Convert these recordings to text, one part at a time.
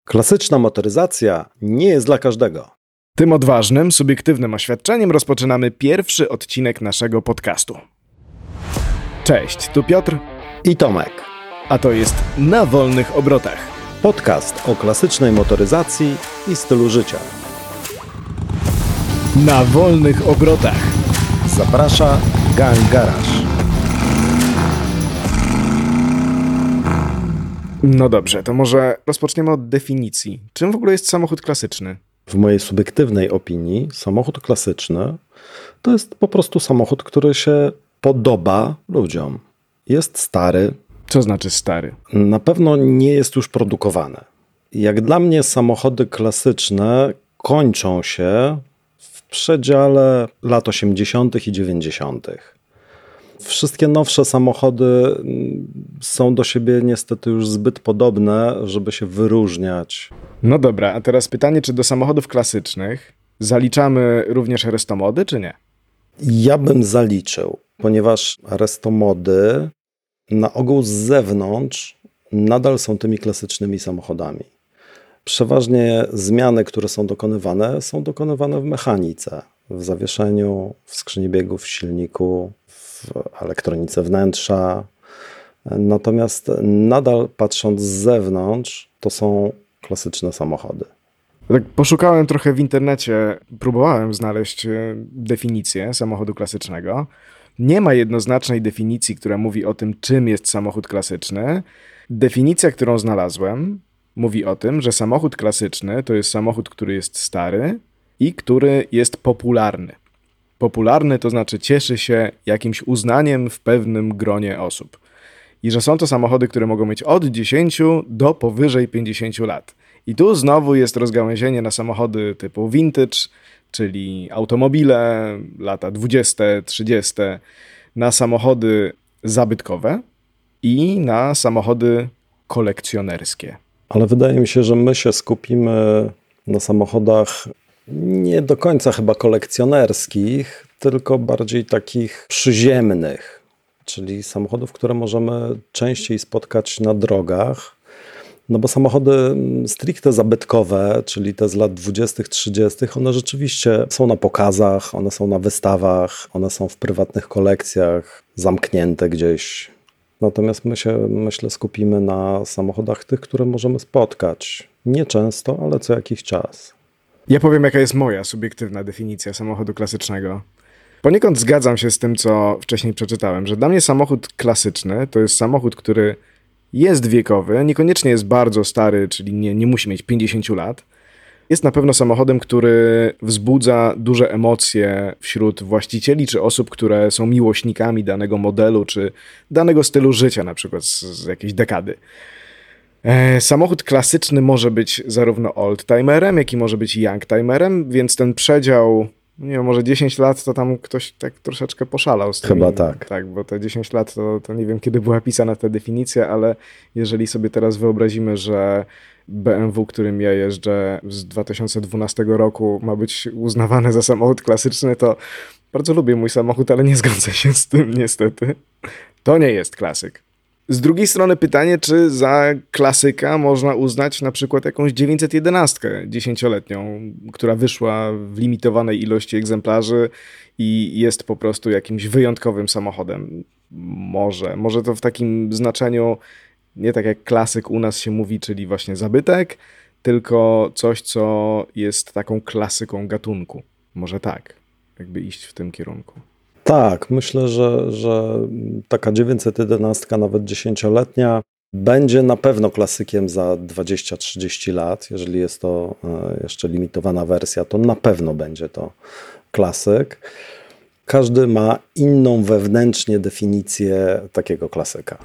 Klasyczna motoryzacja nie jest dla każdego. Tym odważnym, subiektywnym oświadczeniem rozpoczynamy pierwszy odcinek naszego podcastu. Cześć, tu Piotr I Tomek. A to jest Na Wolnych Obrotach. Podcast o klasycznej motoryzacji i stylu życia. Na Wolnych Obrotach. Zaprasza Gang Garage. No dobrze, to może rozpoczniemy od definicji. Czym w ogóle jest samochód klasyczny? W mojej subiektywnej opinii samochód klasyczny to jest po prostu samochód, który się podoba ludziom. Jest stary. Co znaczy stary? Na pewno nie jest już produkowany. Jak dla mnie samochody klasyczne kończą się w przedziale lat 80. i 90. Wszystkie nowsze samochody są do siebie niestety już zbyt podobne, żeby się wyróżniać. No dobra, a teraz pytanie, czy do samochodów klasycznych zaliczamy również restomody, czy nie? Ja bym zaliczył, ponieważ restomody na ogół z zewnątrz nadal są tymi klasycznymi samochodami. Przeważnie zmiany, które są dokonywane w mechanice, w zawieszeniu, w skrzyni biegów, w silniku, w elektronice wnętrza. Natomiast nadal patrząc z zewnątrz, to są klasyczne samochody. Tak poszukałem trochę w internecie, próbowałem znaleźć definicję samochodu klasycznego. Nie ma jednoznacznej definicji, która mówi o tym, czym jest samochód klasyczny. Definicja, którą znalazłem, mówi o tym, że samochód klasyczny to jest samochód, który jest stary i który jest popularny. Popularny to znaczy cieszy się jakimś uznaniem w pewnym gronie osób. I że są to samochody, które mogą mieć od 10 do powyżej 50 lat. I tu znowu jest rozgałęzienie na samochody typu vintage, czyli automobile, lata 20, 30, na samochody zabytkowe i na samochody kolekcjonerskie. Ale wydaje mi się, że my się skupimy na samochodach nie do końca chyba kolekcjonerskich, tylko bardziej takich przyziemnych, czyli samochodów, które możemy częściej spotkać na drogach. No bo samochody stricte zabytkowe, czyli te z lat 20., 30., one rzeczywiście są na pokazach, one są na wystawach, one są w prywatnych kolekcjach, zamknięte gdzieś. Natomiast my się, myślę, skupimy na samochodach tych, które możemy spotkać. Nie często, ale co jakiś czas. Ja powiem, jaka jest moja subiektywna definicja samochodu klasycznego. Poniekąd zgadzam się z tym, co wcześniej przeczytałem, że dla mnie samochód klasyczny to jest samochód, który jest wiekowy, niekoniecznie jest bardzo stary, czyli nie musi mieć 50 lat. Jest na pewno samochodem, który wzbudza duże emocje wśród właścicieli czy osób, które są miłośnikami danego modelu czy danego stylu życia, na przykład z jakiejś dekady. Samochód klasyczny może być zarówno oldtimerem, jak i może być youngtimerem, więc ten przedział, nie wiem, może 10 lat to tam ktoś tak troszeczkę poszalał z tym. Chyba tak. Tak, bo te 10 lat to nie wiem, kiedy była pisana ta definicja, ale jeżeli sobie teraz wyobrazimy, że BMW, którym ja jeżdżę z 2012 roku ma być uznawany za samochód klasyczny, to bardzo lubię mój samochód, ale nie zgodzę się z tym niestety. To nie jest klasyk. Z drugiej strony pytanie, czy za klasyka można uznać na przykład jakąś 911 10-letnią, która wyszła w limitowanej ilości egzemplarzy i jest po prostu jakimś wyjątkowym samochodem. Może to w takim znaczeniu nie tak jak klasyk u nas się mówi, czyli właśnie zabytek, tylko coś, co jest taką klasyką gatunku. Może tak, jakby iść w tym kierunku. Tak, myślę, że taka 911, nawet 10-letnia, będzie na pewno klasykiem za 20-30 lat. Jeżeli jest to jeszcze limitowana wersja, to na pewno będzie to klasyk. Każdy ma inną wewnętrznie definicję takiego klasyka.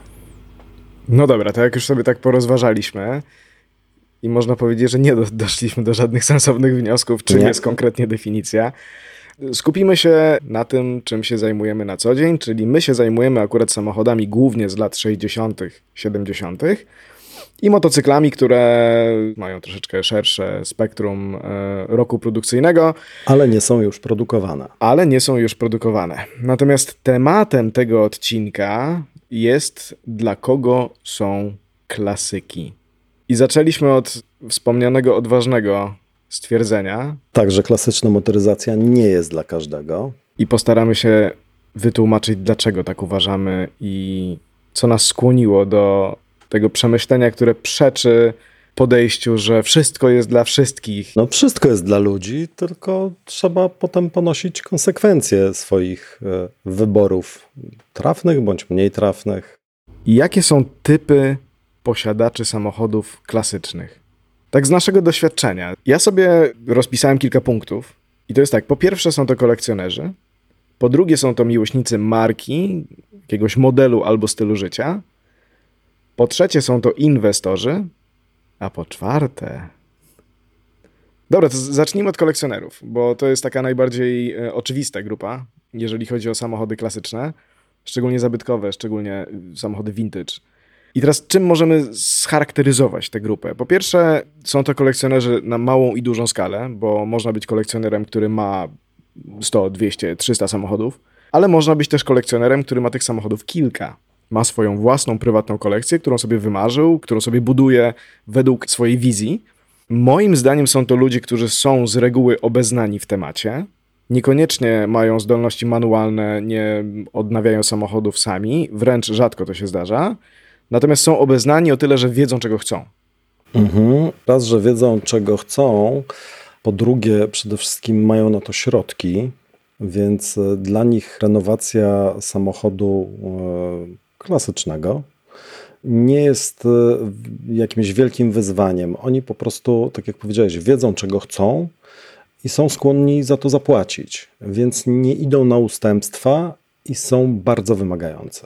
No dobra, to jak już sobie tak porozważaliśmy i można powiedzieć, że nie doszliśmy do żadnych sensownych wniosków, czym jest konkretnie definicja, skupimy się na tym, czym się zajmujemy na co dzień, czyli my się zajmujemy akurat samochodami głównie z lat 60., 70. i motocyklami, które mają troszeczkę szersze spektrum roku produkcyjnego. Ale nie są już produkowane. Natomiast tematem tego odcinka jest, dla kogo są klasyki. I zaczęliśmy od wspomnianego odważnego stwierdzenia Tak, że klasyczna motoryzacja nie jest dla każdego. i postaramy się wytłumaczyć, dlaczego tak uważamy i co nas skłoniło do tego przemyślenia, które przeczy podejściu, że wszystko jest dla wszystkich. No wszystko jest dla ludzi, tylko trzeba potem ponosić konsekwencje swoich wyborów trafnych bądź mniej trafnych. I jakie są typy posiadaczy samochodów klasycznych? Tak z naszego doświadczenia. Ja sobie rozpisałem kilka punktów i to jest tak, po pierwsze są to kolekcjonerzy, po drugie są to miłośnicy marki, jakiegoś modelu albo stylu życia, po trzecie są to inwestorzy, a po czwarte... Dobra, to zacznijmy od kolekcjonerów, bo to jest taka najbardziej oczywista grupa, jeżeli chodzi o samochody klasyczne, szczególnie zabytkowe, szczególnie samochody vintage. I teraz czym możemy scharakteryzować tę grupę? Po pierwsze są to kolekcjonerzy na małą i dużą skalę, bo można być kolekcjonerem, który ma 100, 200, 300 samochodów, ale można być też kolekcjonerem, który ma tych samochodów kilka. Ma swoją własną, prywatną kolekcję, którą sobie wymarzył, którą sobie buduje według swojej wizji. Moim zdaniem są to ludzie, którzy są z reguły obeznani w temacie, niekoniecznie mają zdolności manualne, nie odnawiają samochodów sami, wręcz rzadko to się zdarza, natomiast są obeznani o tyle, że wiedzą, czego chcą. Raz, że wiedzą, czego chcą, po drugie, przede wszystkim mają na to środki, więc dla nich renowacja samochodu klasycznego nie jest jakimś wielkim wyzwaniem. Oni po prostu, tak jak powiedziałeś, wiedzą, czego chcą i są skłonni za to zapłacić, więc nie idą na ustępstwa i są bardzo wymagające.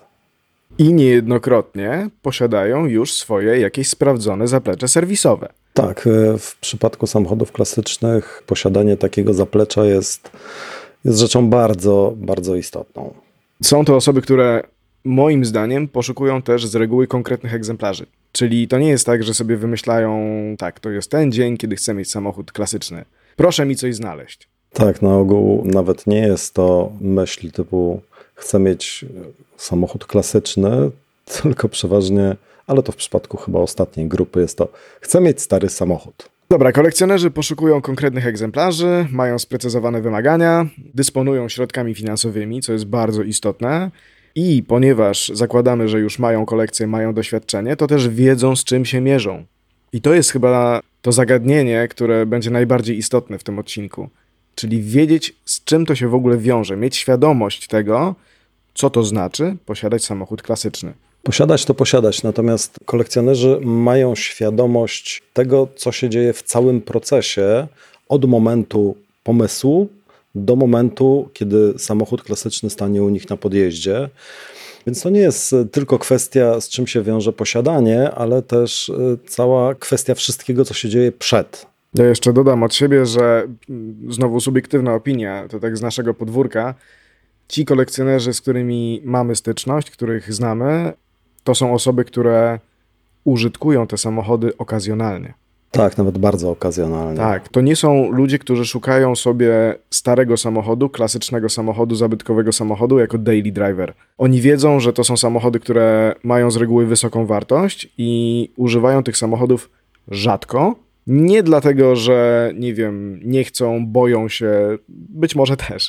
I niejednokrotnie posiadają już swoje jakieś sprawdzone zaplecze serwisowe. Tak, w przypadku samochodów klasycznych posiadanie takiego zaplecza jest rzeczą bardzo, bardzo istotną. Są to osoby, które moim zdaniem poszukują też z reguły konkretnych egzemplarzy. Czyli to nie jest tak, że sobie wymyślają, tak, to jest ten dzień, kiedy chcę mieć samochód klasyczny. Proszę mi coś znaleźć. Tak, na ogół nawet nie jest to myśl typu chcę mieć samochód klasyczny, tylko przeważnie, ale to w przypadku chyba ostatniej grupy jest to chcę mieć stary samochód. Dobra, kolekcjonerzy poszukują konkretnych egzemplarzy, mają sprecyzowane wymagania, dysponują środkami finansowymi, co jest bardzo istotne. I ponieważ zakładamy, że już mają kolekcję, mają doświadczenie, to też wiedzą, z czym się mierzą. I to jest chyba to zagadnienie, które będzie najbardziej istotne w tym odcinku. Czyli wiedzieć, z czym to się w ogóle wiąże, mieć świadomość tego, co to znaczy posiadać samochód klasyczny. Posiadać to posiadać, natomiast kolekcjonerzy mają świadomość tego, co się dzieje w całym procesie od momentu pomysłu do momentu, kiedy samochód klasyczny stanie u nich na podjeździe. Więc to nie jest tylko kwestia, z czym się wiąże posiadanie, ale też cała kwestia wszystkiego, co się dzieje przed. Ja jeszcze dodam od siebie, że znowu subiektywna opinia, to tak z naszego podwórka, ci kolekcjonerzy, z którymi mamy styczność, których znamy, to są osoby, które użytkują te samochody okazjonalnie. Tak, nawet bardzo okazjonalnie. Tak, to nie są ludzie, którzy szukają sobie starego samochodu, klasycznego samochodu, zabytkowego samochodu jako daily driver. Oni wiedzą, że to są samochody, które mają z reguły wysoką wartość i używają tych samochodów rzadko. Nie dlatego, że nie wiem, nie chcą, boją się, być może też,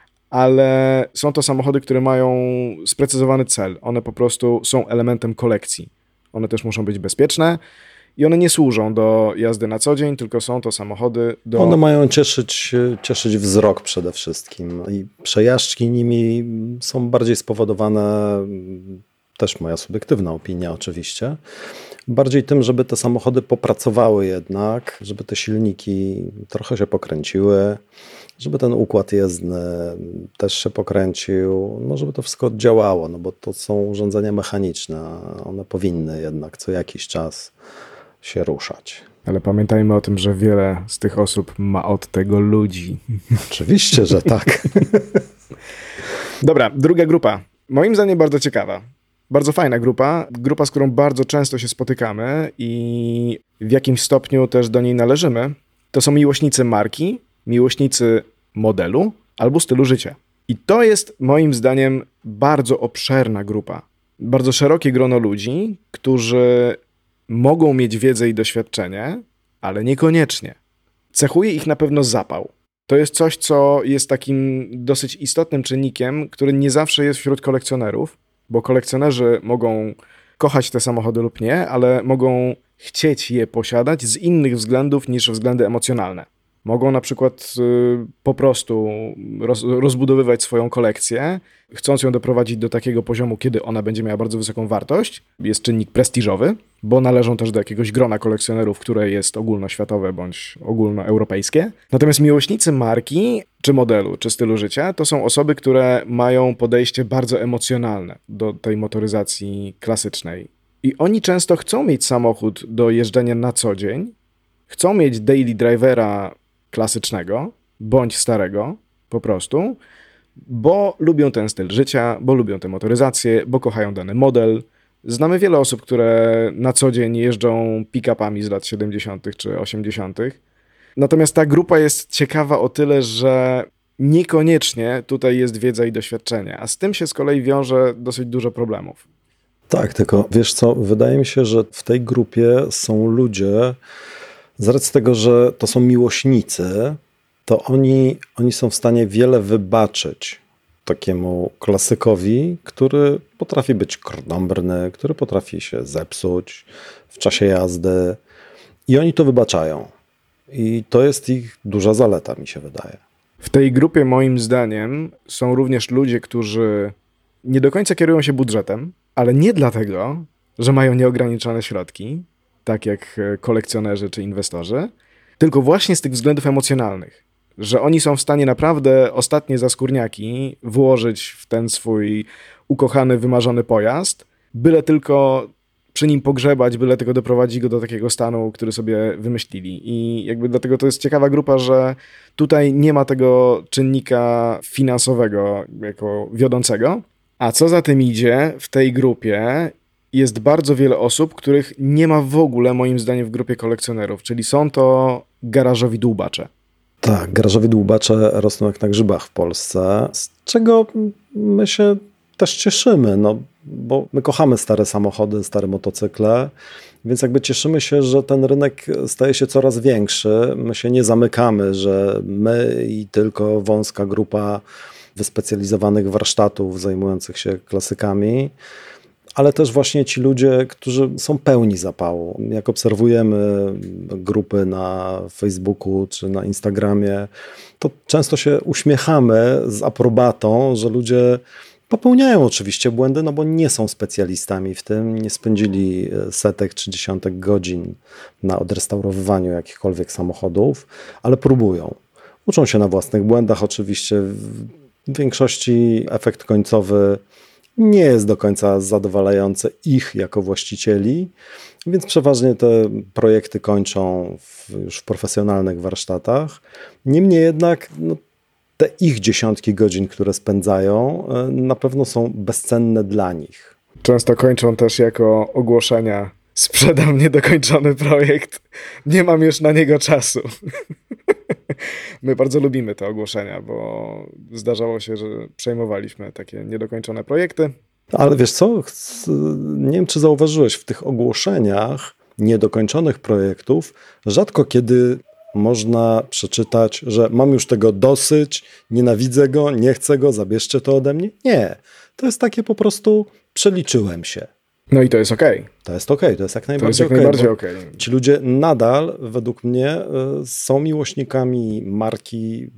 ale są to samochody, które mają sprecyzowany cel. One po prostu są elementem kolekcji. One też muszą być bezpieczne. I one nie służą do jazdy na co dzień, tylko są to samochody do... One mają cieszyć wzrok przede wszystkim i przejażdżki nimi są bardziej spowodowane, też moja subiektywna opinia oczywiście, bardziej tym, żeby te samochody popracowały jednak, żeby te silniki trochę się pokręciły, żeby ten układ jezdny też się pokręcił, no żeby to wszystko działało, no bo to są urządzenia mechaniczne, one powinny jednak co jakiś czas się ruszać. Ale pamiętajmy o tym, że wiele z tych osób ma od tego ludzi. Oczywiście, że tak. Dobra, druga grupa. Moim zdaniem bardzo ciekawa. Bardzo fajna grupa. Grupa, z którą bardzo często się spotykamy i w jakimś stopniu też do niej należymy. To są miłośnicy marki, miłośnicy modelu albo stylu życia. I to jest moim zdaniem bardzo obszerna grupa. Bardzo szerokie grono ludzi, którzy mogą mieć wiedzę i doświadczenie, ale niekoniecznie. Cechuje ich na pewno zapał. To jest coś, co jest takim dosyć istotnym czynnikiem, który nie zawsze jest wśród kolekcjonerów, bo kolekcjonerzy mogą kochać te samochody lub nie, ale mogą chcieć je posiadać z innych względów niż względy emocjonalne. Mogą na przykład po prostu rozbudowywać swoją kolekcję, chcąc ją doprowadzić do takiego poziomu, kiedy ona będzie miała bardzo wysoką wartość. Jest czynnik prestiżowy, bo należą też do jakiegoś grona kolekcjonerów, które jest ogólnoświatowe bądź ogólnoeuropejskie. Natomiast miłośnicy marki, czy modelu, czy stylu życia, to są osoby, które mają podejście bardzo emocjonalne do tej motoryzacji klasycznej. I oni często chcą mieć samochód do jeżdżenia na co dzień, chcą mieć daily drivera klasycznego, bądź starego, po prostu, bo lubią ten styl życia, bo lubią tę motoryzację, bo kochają dany model. Znamy wiele osób, które na co dzień jeżdżą pick-upami z lat 70. czy 80. Natomiast ta grupa jest ciekawa o tyle, że niekoniecznie tutaj jest wiedza i doświadczenie, a z tym się z kolei wiąże dosyć dużo problemów. Tak, tylko wiesz co, wydaje mi się, że w tej grupie są ludzie, z racji tego, że to są miłośnicy, to oni są w stanie wiele wybaczyć takiemu klasykowi, który potrafi być krnąbrny, który potrafi się zepsuć w czasie jazdy i oni to wybaczają. I to jest ich duża zaleta, mi się wydaje. W tej grupie moim zdaniem są również ludzie, którzy nie do końca kierują się budżetem, ale nie dlatego, że mają nieograniczone środki, tak jak kolekcjonerzy czy inwestorzy, tylko właśnie z tych względów emocjonalnych, że oni są w stanie naprawdę ostatnie zaskórniaki włożyć w ten swój ukochany, wymarzony pojazd, byle tylko przy nim pogrzebać, byle tylko doprowadzić go do takiego stanu, który sobie wymyślili. I jakby dlatego to jest ciekawa grupa, że tutaj nie ma tego czynnika finansowego jako wiodącego. A co za tym idzie, w tej grupie jest bardzo wiele osób, których nie ma w ogóle, moim zdaniem, w grupie kolekcjonerów, czyli są to garażowi dłubacze. Tak, garażowi dłubacze rosną jak na grzybach w Polsce, z czego my się też cieszymy, no, bo my kochamy stare samochody, stare motocykle, więc jakby cieszymy się, że ten rynek staje się coraz większy. My się nie zamykamy, że my i tylko wąska grupa wyspecjalizowanych warsztatów zajmujących się klasykami, ale też właśnie ci ludzie, którzy są pełni zapału. Jak obserwujemy grupy na Facebooku czy na Instagramie, to często się uśmiechamy z aprobatą, że ludzie popełniają oczywiście błędy, no bo nie są specjalistami w tym, nie spędzili setek czy dziesiątek godzin na odrestaurowywaniu jakichkolwiek samochodów, ale próbują. Uczą się na własnych błędach oczywiście. W większości efekt końcowy nie jest do końca zadowalający ich jako właścicieli, więc przeważnie te projekty kończą już w profesjonalnych warsztatach. Niemniej jednak te ich dziesiątki godzin, które spędzają, na pewno są bezcenne dla nich. Często kończą też jako ogłoszenia: sprzedam niedokończony projekt, nie mam już na niego czasu. My bardzo lubimy te ogłoszenia, bo zdarzało się, że przejmowaliśmy takie niedokończone projekty. Ale wiesz co, nie wiem czy zauważyłeś, w tych ogłoszeniach niedokończonych projektów rzadko kiedy można przeczytać, że mam już tego dosyć, nienawidzę go, nie chcę go, zabierzcie to ode mnie. Nie, to jest takie po prostu przeliczyłem się. No i to jest okej. To jest okej, to jest jak najbardziej okej. To jest jak najbardziej okej. Ci ludzie nadal, według mnie, są miłośnikami marki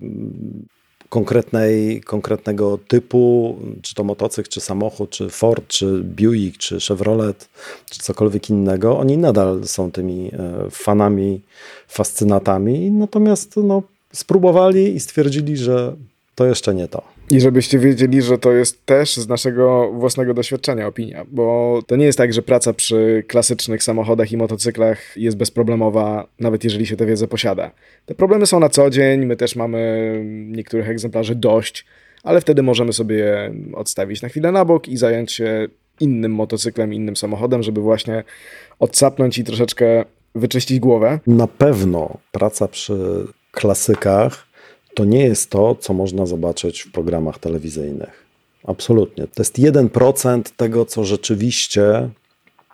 konkretnego typu, czy to motocykl, czy samochód, czy Ford, czy Buick, czy Chevrolet, czy cokolwiek innego. Oni nadal są tymi fanami, fascynatami, natomiast spróbowali i stwierdzili, że to jeszcze nie to. I żebyście wiedzieli, że to jest też z naszego własnego doświadczenia opinia, bo to nie jest tak, że praca przy klasycznych samochodach i motocyklach jest bezproblemowa, nawet jeżeli się tę wiedzę posiada. Te problemy są na co dzień, my też mamy niektórych egzemplarzy dość, ale wtedy możemy sobie je odstawić na chwilę na bok i zająć się innym motocyklem, innym samochodem, żeby właśnie odsapnąć i troszeczkę wyczyścić głowę. Na pewno praca przy klasykach to nie jest to, co można zobaczyć w programach telewizyjnych. Absolutnie. To jest 1% tego, co rzeczywiście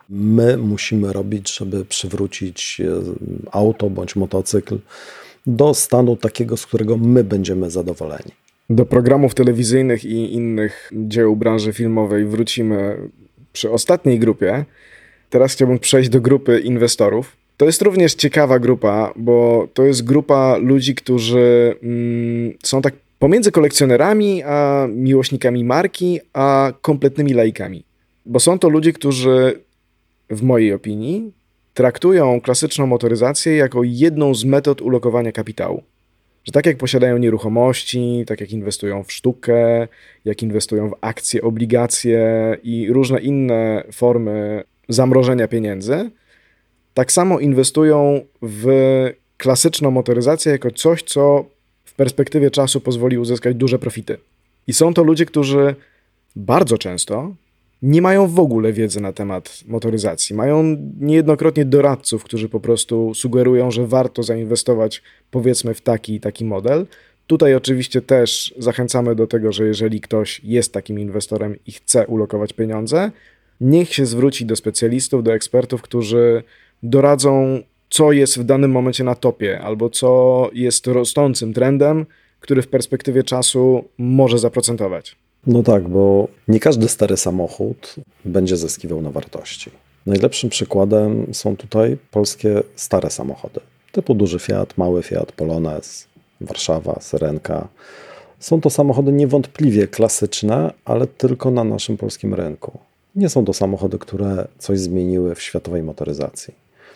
my musimy robić, żeby przywrócić auto bądź motocykl do stanu takiego, z którego my będziemy zadowoleni. Do programów telewizyjnych i innych dzieł branży filmowej wrócimy przy ostatniej grupie. Teraz chciałbym przejść do grupy inwestorów. To jest również ciekawa grupa, bo to jest grupa ludzi, którzy są tak pomiędzy kolekcjonerami a miłośnikami marki, a kompletnymi laikami. Bo są to ludzie, którzy w mojej opinii traktują klasyczną motoryzację jako jedną z metod ulokowania kapitału. Że tak jak posiadają nieruchomości, tak jak inwestują w sztukę, jak inwestują w akcje, obligacje i różne inne formy zamrożenia pieniędzy, tak samo inwestują w klasyczną motoryzację jako coś, co w perspektywie czasu pozwoli uzyskać duże profity. I są to ludzie, którzy bardzo często nie mają w ogóle wiedzy na temat motoryzacji. Mają niejednokrotnie doradców, którzy po prostu sugerują, że warto zainwestować powiedzmy w taki i taki model. Tutaj oczywiście też zachęcamy do tego, że jeżeli ktoś jest takim inwestorem i chce ulokować pieniądze, niech się zwróci do specjalistów, do ekspertów, którzy doradzą, co jest w danym momencie na topie, albo co jest rosnącym trendem, który w perspektywie czasu może zaprocentować. No tak, bo nie każdy stary samochód będzie zyskiwał na wartości. Najlepszym przykładem są tutaj polskie stare samochody, typu duży Fiat, mały Fiat, Polonez, Warszawa, Syrenka. Są to samochody niewątpliwie klasyczne, ale tylko na naszym polskim rynku. Nie są to samochody, które coś zmieniły w światowej motoryzacji.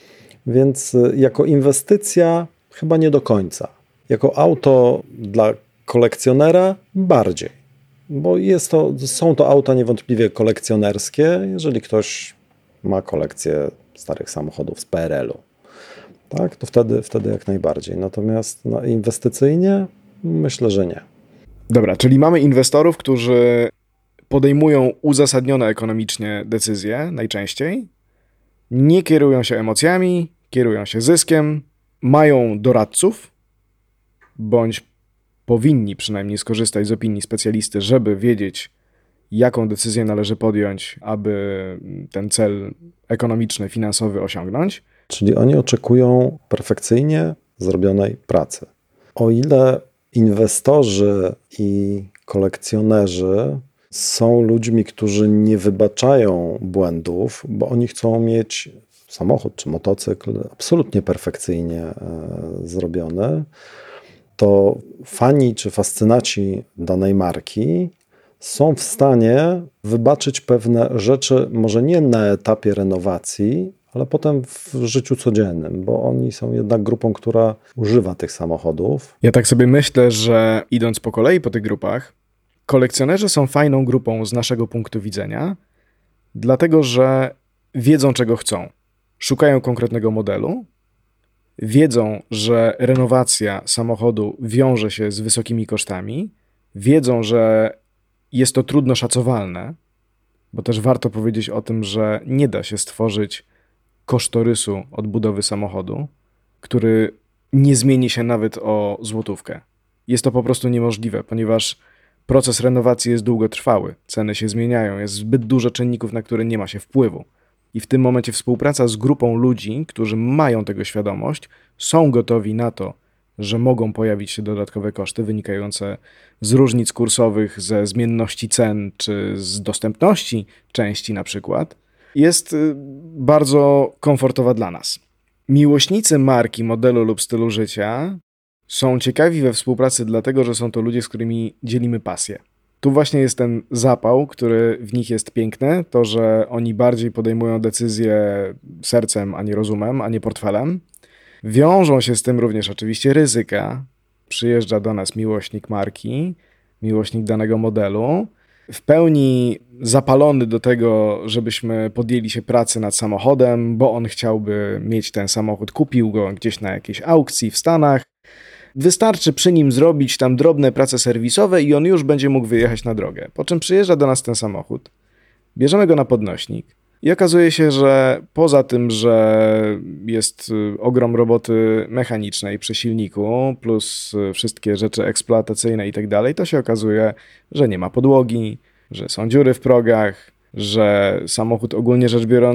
Więc jako inwestycja chyba nie do końca. Jako auto dla kolekcjonera bardziej. Bo są to auta niewątpliwie kolekcjonerskie, jeżeli ktoś ma kolekcję starych samochodów z PRL-u. Tak, to wtedy jak najbardziej. Natomiast inwestycyjnie myślę, że nie. Dobra, czyli mamy inwestorów, którzy podejmują uzasadnione ekonomicznie decyzje najczęściej, nie kierują się emocjami, kierują się zyskiem, mają doradców, bądź powinni przynajmniej skorzystać z opinii specjalisty, żeby wiedzieć, jaką decyzję należy podjąć, aby ten cel ekonomiczny, finansowy osiągnąć. Czyli oni oczekują perfekcyjnie zrobionej pracy. O ile inwestorzy i kolekcjonerzy są ludźmi, którzy nie wybaczają błędów, bo oni chcą mieć samochód czy motocykl absolutnie perfekcyjnie zrobiony, to fani czy fascynaci danej marki są w stanie wybaczyć pewne rzeczy, może nie na etapie renowacji, ale potem w życiu codziennym, bo oni są jednak grupą, która używa tych samochodów. Ja tak sobie myślę, że idąc po kolei po tych grupach, kolekcjonerzy są fajną grupą z naszego punktu widzenia, dlatego że wiedzą, czego chcą. Szukają konkretnego modelu, wiedzą, że renowacja samochodu wiąże się z wysokimi kosztami, wiedzą, że jest to trudno szacowalne, bo też warto powiedzieć o tym, że nie da się stworzyć kosztorysu odbudowy samochodu, który nie zmieni się nawet o złotówkę. Jest to po prostu niemożliwe, ponieważ proces renowacji jest długotrwały, ceny się zmieniają, jest zbyt dużo czynników, na które nie ma się wpływu. I w tym momencie współpraca z grupą ludzi, którzy mają tego świadomość, są gotowi na to, że mogą pojawić się dodatkowe koszty wynikające z różnic kursowych, ze zmienności cen czy z dostępności części na przykład, jest bardzo komfortowa dla nas. Miłośnicy marki, modelu lub stylu życia są ciekawi we współpracy dlatego, że są to ludzie, z którymi dzielimy pasję. Tu właśnie jest ten zapał, który w nich jest piękny, to, że oni bardziej podejmują decyzje sercem, a nie rozumem, a nie portfelem. Wiążą się z tym również oczywiście ryzyka. Przyjeżdża do nas miłośnik marki, miłośnik danego modelu, w pełni zapalony do tego, żebyśmy podjęli się pracy nad samochodem, bo on chciałby mieć ten samochód, kupił go gdzieś na jakiejś aukcji w Stanach. Wystarczy przy nim zrobić tam drobne prace serwisowe i on już będzie mógł wyjechać na drogę. Po czym przyjeżdża do nas ten samochód, bierzemy go na podnośnik i okazuje się, że poza tym, że jest ogrom roboty mechanicznej przy silniku, plus wszystkie rzeczy eksploatacyjne i tak dalej, to się okazuje, że nie ma podłogi, że są dziury w progach, że samochód ogólnie rzecz biorąc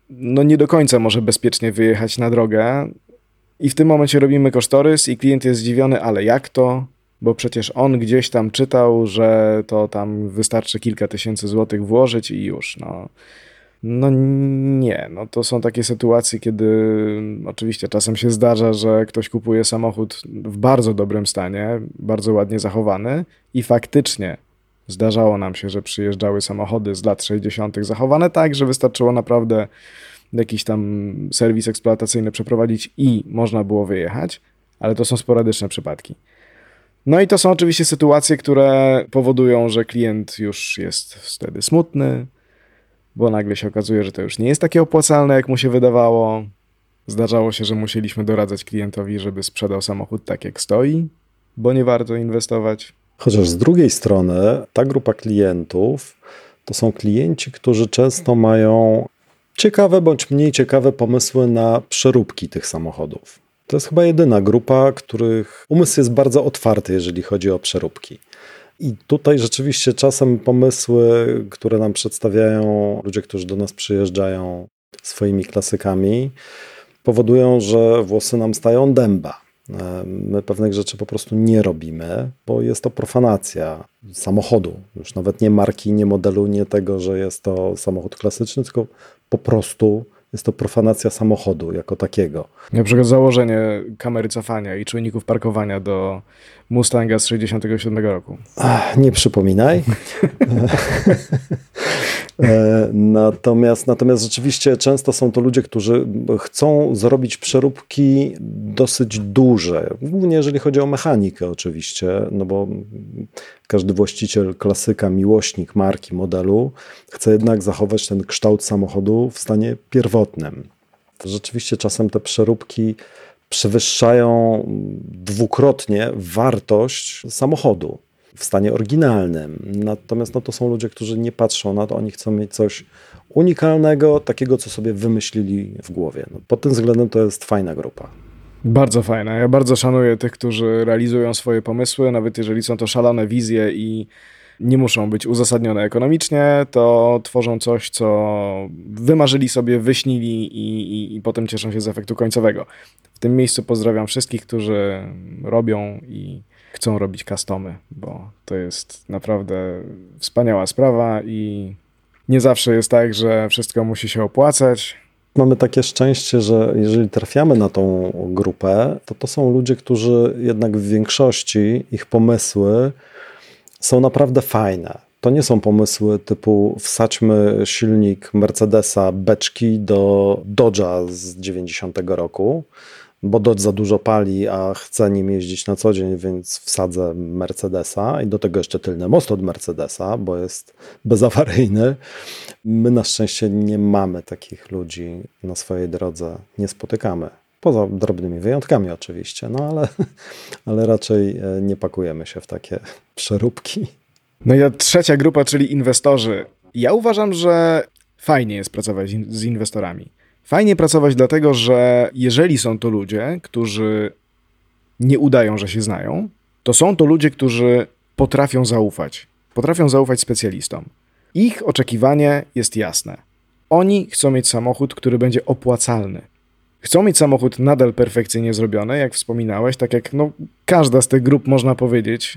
no nie do końca może bezpiecznie wyjechać na drogę i w tym momencie robimy kosztorys i klient jest zdziwiony, ale jak to? Bo przecież on gdzieś tam czytał, że to tam wystarczy kilka tysięcy złotych włożyć i już. No nie, no to są takie sytuacje, kiedy oczywiście czasem się zdarza, że ktoś kupuje samochód w bardzo dobrym stanie, bardzo ładnie zachowany i faktycznie zdarzało nam się, że przyjeżdżały samochody z lat 60. zachowane tak, że wystarczyło naprawdę jakiś tam serwis eksploatacyjny przeprowadzić i można było wyjechać, ale to są sporadyczne przypadki. No i to są oczywiście sytuacje, które powodują, że klient już jest wtedy smutny, bo nagle się okazuje, że to już nie jest takie opłacalne, jak mu się wydawało. Zdarzało się, że musieliśmy doradzać klientowi, żeby sprzedał samochód tak, jak stoi, bo nie warto inwestować. Chociaż z drugiej strony ta grupa klientów to są klienci, którzy często mają ciekawe bądź mniej ciekawe pomysły na przeróbki tych samochodów. To jest chyba jedyna grupa, których umysł jest bardzo otwarty, jeżeli chodzi o przeróbki. I tutaj rzeczywiście czasem pomysły, które nam przedstawiają ludzie, którzy do nas przyjeżdżają swoimi klasykami, powodują, że włosy nam stają dęba. My pewnych rzeczy po prostu nie robimy, bo jest to profanacja samochodu. Już nawet nie marki, nie modelu, nie tego, że jest to samochód klasyczny, tylko po prostu jest to profanacja samochodu jako takiego. Na przykład założenie kamery cofania i czujników parkowania do Mustanga z 1967 roku. Nie przypominaj. Natomiast rzeczywiście często są to ludzie, którzy chcą zrobić przeróbki dosyć duże. Głównie jeżeli chodzi o mechanikę oczywiście, no bo każdy właściciel klasyka, miłośnik marki, modelu chce jednak zachować ten kształt samochodu w stanie pierwotnym. Rzeczywiście czasem te przeróbki przewyższają dwukrotnie wartość samochodu w stanie oryginalnym. Natomiast to są ludzie, którzy nie patrzą na to, oni chcą mieć coś unikalnego, takiego, co sobie wymyślili w głowie. Pod tym względem to jest fajna grupa. Bardzo fajna. Ja bardzo szanuję tych, którzy realizują swoje pomysły, nawet jeżeli są to szalone wizje i nie muszą być uzasadnione ekonomicznie, to tworzą coś, co wymarzyli sobie, wyśnili i potem cieszą się z efektu końcowego. W tym miejscu pozdrawiam wszystkich, którzy robią i chcą robić customy, bo to jest naprawdę wspaniała sprawa i nie zawsze jest tak, że wszystko musi się opłacać. Mamy takie szczęście, że jeżeli trafiamy na tą grupę, to są ludzie, którzy jednak w większości ich pomysły są naprawdę fajne. To nie są pomysły typu wsadźmy silnik Mercedesa beczki do Dodge'a z 90 roku, bo Dodge za dużo pali, a chcę nim jeździć na co dzień, więc wsadzę Mercedesa i do tego jeszcze tylny most od Mercedesa, bo jest bezawaryjny. My na szczęście nie mamy takich ludzi na swojej drodze, nie spotykamy. Poza drobnymi wyjątkami oczywiście, ale raczej nie pakujemy się w takie przeróbki. No i trzecia grupa, czyli inwestorzy. Ja uważam, że fajnie jest pracować z inwestorami. Fajnie pracować dlatego, że jeżeli są to ludzie, którzy nie udają, że się znają, to są to ludzie, którzy potrafią zaufać. Potrafią zaufać specjalistom. Ich oczekiwanie jest jasne. Oni chcą mieć samochód, który będzie opłacalny. Chcą mieć samochód nadal perfekcyjnie zrobiony, jak wspominałeś, tak jak każda z tych grup można powiedzieć.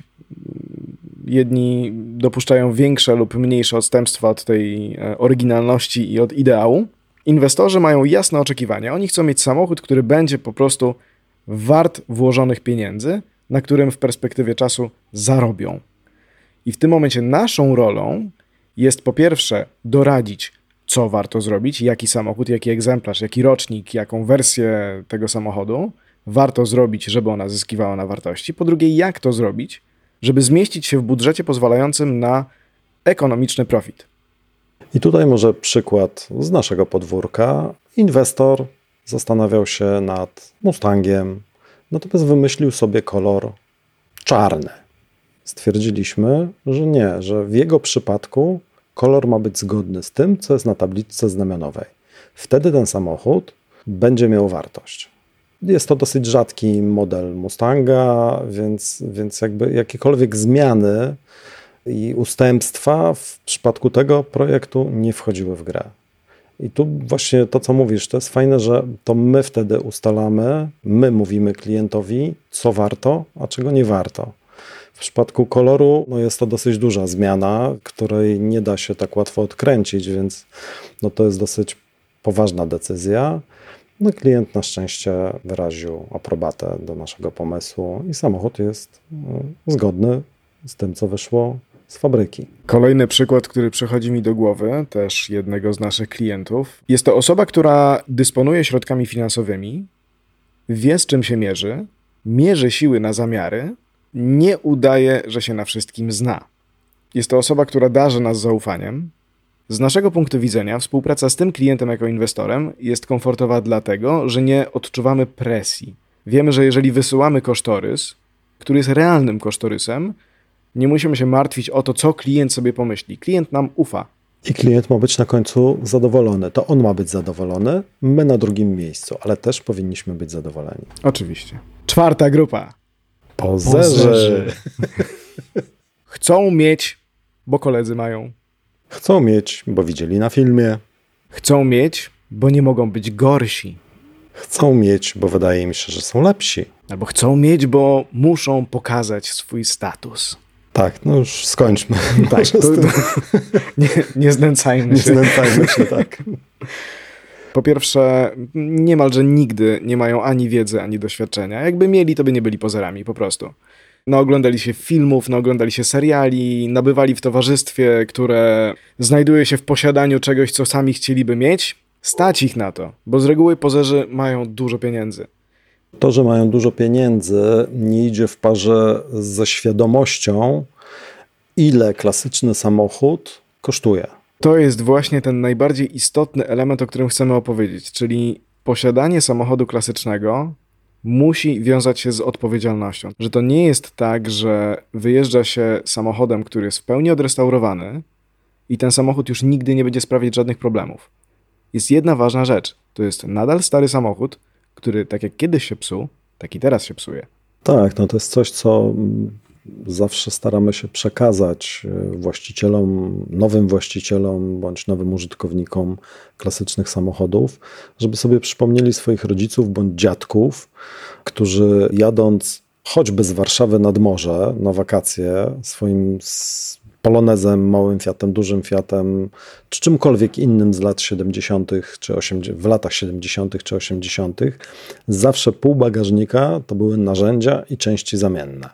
Jedni dopuszczają większe lub mniejsze odstępstwa od tej oryginalności i od ideału. Inwestorzy mają jasne oczekiwania. Oni chcą mieć samochód, który będzie po prostu wart włożonych pieniędzy, na którym w perspektywie czasu zarobią. I w tym momencie naszą rolą jest po pierwsze doradzić, co warto zrobić, jaki samochód, jaki egzemplarz, jaki rocznik, jaką wersję tego samochodu warto zrobić, żeby ona zyskiwała na wartości. Po drugie, jak to zrobić, żeby zmieścić się w budżecie pozwalającym na ekonomiczny profit. I tutaj może przykład z naszego podwórka. Inwestor zastanawiał się nad Mustangiem, natomiast wymyślił sobie kolor czarny. Stwierdziliśmy, że nie, że w jego przypadku kolor ma być zgodny z tym, co jest na tabliczce znamionowej. Wtedy ten samochód będzie miał wartość. Jest to dosyć rzadki model Mustanga, więc jakby jakiekolwiek zmiany i ustępstwa w przypadku tego projektu nie wchodziły w grę. I tu właśnie to, co mówisz, to jest fajne, że to my wtedy ustalamy, my mówimy klientowi, co warto, a czego nie warto. W przypadku koloru jest to dosyć duża zmiana, której nie da się tak łatwo odkręcić, więc to jest dosyć poważna decyzja. Klient na szczęście wyraził aprobatę do naszego pomysłu i samochód jest zgodny z tym, co wyszło z fabryki. Kolejny przykład, który przychodzi mi do głowy, też jednego z naszych klientów. Jest to osoba, która dysponuje środkami finansowymi, wie, z czym się mierzy siły na zamiary, nie udaje, że się na wszystkim zna. Jest to osoba, która darzy nas zaufaniem. Z naszego punktu widzenia współpraca z tym klientem jako inwestorem jest komfortowa dlatego, że nie odczuwamy presji. Wiemy, że jeżeli wysyłamy kosztorys, który jest realnym kosztorysem, nie musimy się martwić o to, co klient sobie pomyśli. Klient nam ufa. I klient ma być na końcu zadowolony. To on ma być zadowolony, my na drugim miejscu, ale też powinniśmy być zadowoleni. Oczywiście. Czwarta grupa. Pozerzy. Chcą mieć, bo koledzy mają. Chcą mieć, bo widzieli na filmie. Chcą mieć, bo nie mogą być gorsi. Chcą mieć, bo wydaje im się, że są lepsi. Albo chcą mieć, bo muszą pokazać swój status. Tak, już skończmy. Tak, nie znęcajmy się. Nie znęcajmy się, tak. Po pierwsze, niemalże nigdy nie mają ani wiedzy, ani doświadczenia. Jakby mieli, to by nie byli pozerami, po prostu. Naoglądali się filmów, naoglądali się seriali, nabywali w towarzystwie, które znajduje się w posiadaniu czegoś, co sami chcieliby mieć. Stać ich na to, bo z reguły pozerzy mają dużo pieniędzy. To, że mają dużo pieniędzy, nie idzie w parze ze świadomością, ile klasyczny samochód kosztuje. To jest właśnie ten najbardziej istotny element, o którym chcemy opowiedzieć, czyli posiadanie samochodu klasycznego musi wiązać się z odpowiedzialnością. Że to nie jest tak, że wyjeżdża się samochodem, który jest w pełni odrestaurowany i ten samochód już nigdy nie będzie sprawiać żadnych problemów. Jest jedna ważna rzecz. To jest nadal stary samochód, który tak jak kiedyś się psuł, tak i teraz się psuje. Tak, to jest coś, co zawsze staramy się przekazać właścicielom, nowym właścicielom bądź nowym użytkownikom klasycznych samochodów, żeby sobie przypomnieli swoich rodziców bądź dziadków, którzy jadąc choćby z Warszawy nad morze na wakacje swoim Polonezem, małym Fiatem, dużym Fiatem, czy czymkolwiek innym z lat 70. czy 80, w latach 70. czy 80. zawsze pół bagażnika to były narzędzia i części zamienne.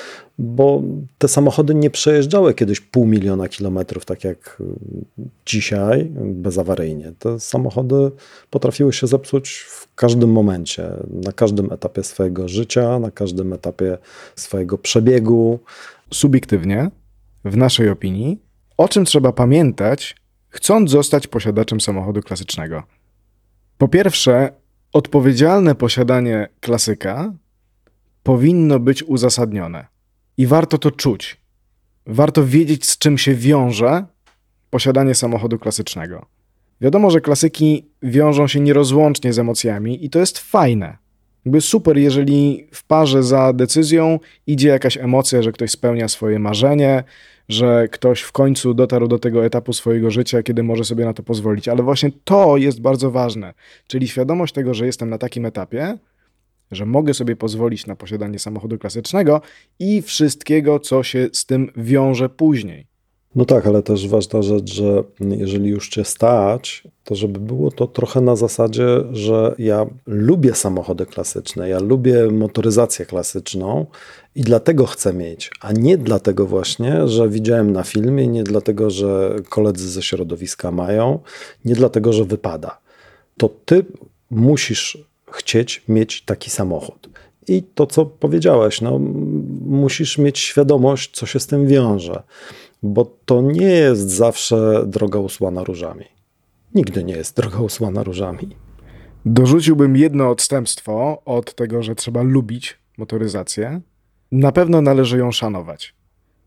Bo te samochody nie przejeżdżały kiedyś 500 000 kilometrów, tak jak dzisiaj, bezawaryjnie. Te samochody potrafiły się zepsuć w każdym momencie, na każdym etapie swojego życia, na każdym etapie swojego przebiegu. Subiektywnie, w naszej opinii, o czym trzeba pamiętać, chcąc zostać posiadaczem samochodu klasycznego. Po pierwsze, odpowiedzialne posiadanie klasyka powinno być uzasadnione. I warto to czuć. Warto wiedzieć, z czym się wiąże posiadanie samochodu klasycznego. Wiadomo, że klasyki wiążą się nierozłącznie z emocjami i to jest fajne. Jakby super, jeżeli w parze za decyzją idzie jakaś emocja, że ktoś spełnia swoje marzenie, że ktoś w końcu dotarł do tego etapu swojego życia, kiedy może sobie na to pozwolić. Ale właśnie to jest bardzo ważne. Czyli świadomość tego, że jestem na takim etapie, że mogę sobie pozwolić na posiadanie samochodu klasycznego i wszystkiego, co się z tym wiąże później. No tak, ale też ważna rzecz, że jeżeli już cię stać, to żeby było to trochę na zasadzie, że ja lubię samochody klasyczne, ja lubię motoryzację klasyczną i dlatego chcę mieć, a nie dlatego właśnie, że widziałem na filmie, nie dlatego, że koledzy ze środowiska mają, nie dlatego, że wypada. To ty musisz chcieć mieć taki samochód. I to, co powiedziałeś, musisz mieć świadomość, co się z tym wiąże. Bo to nie jest zawsze droga usłana różami. Nigdy nie jest droga usłana różami. Dorzuciłbym jedno odstępstwo od tego, że trzeba lubić motoryzację. Na pewno należy ją szanować.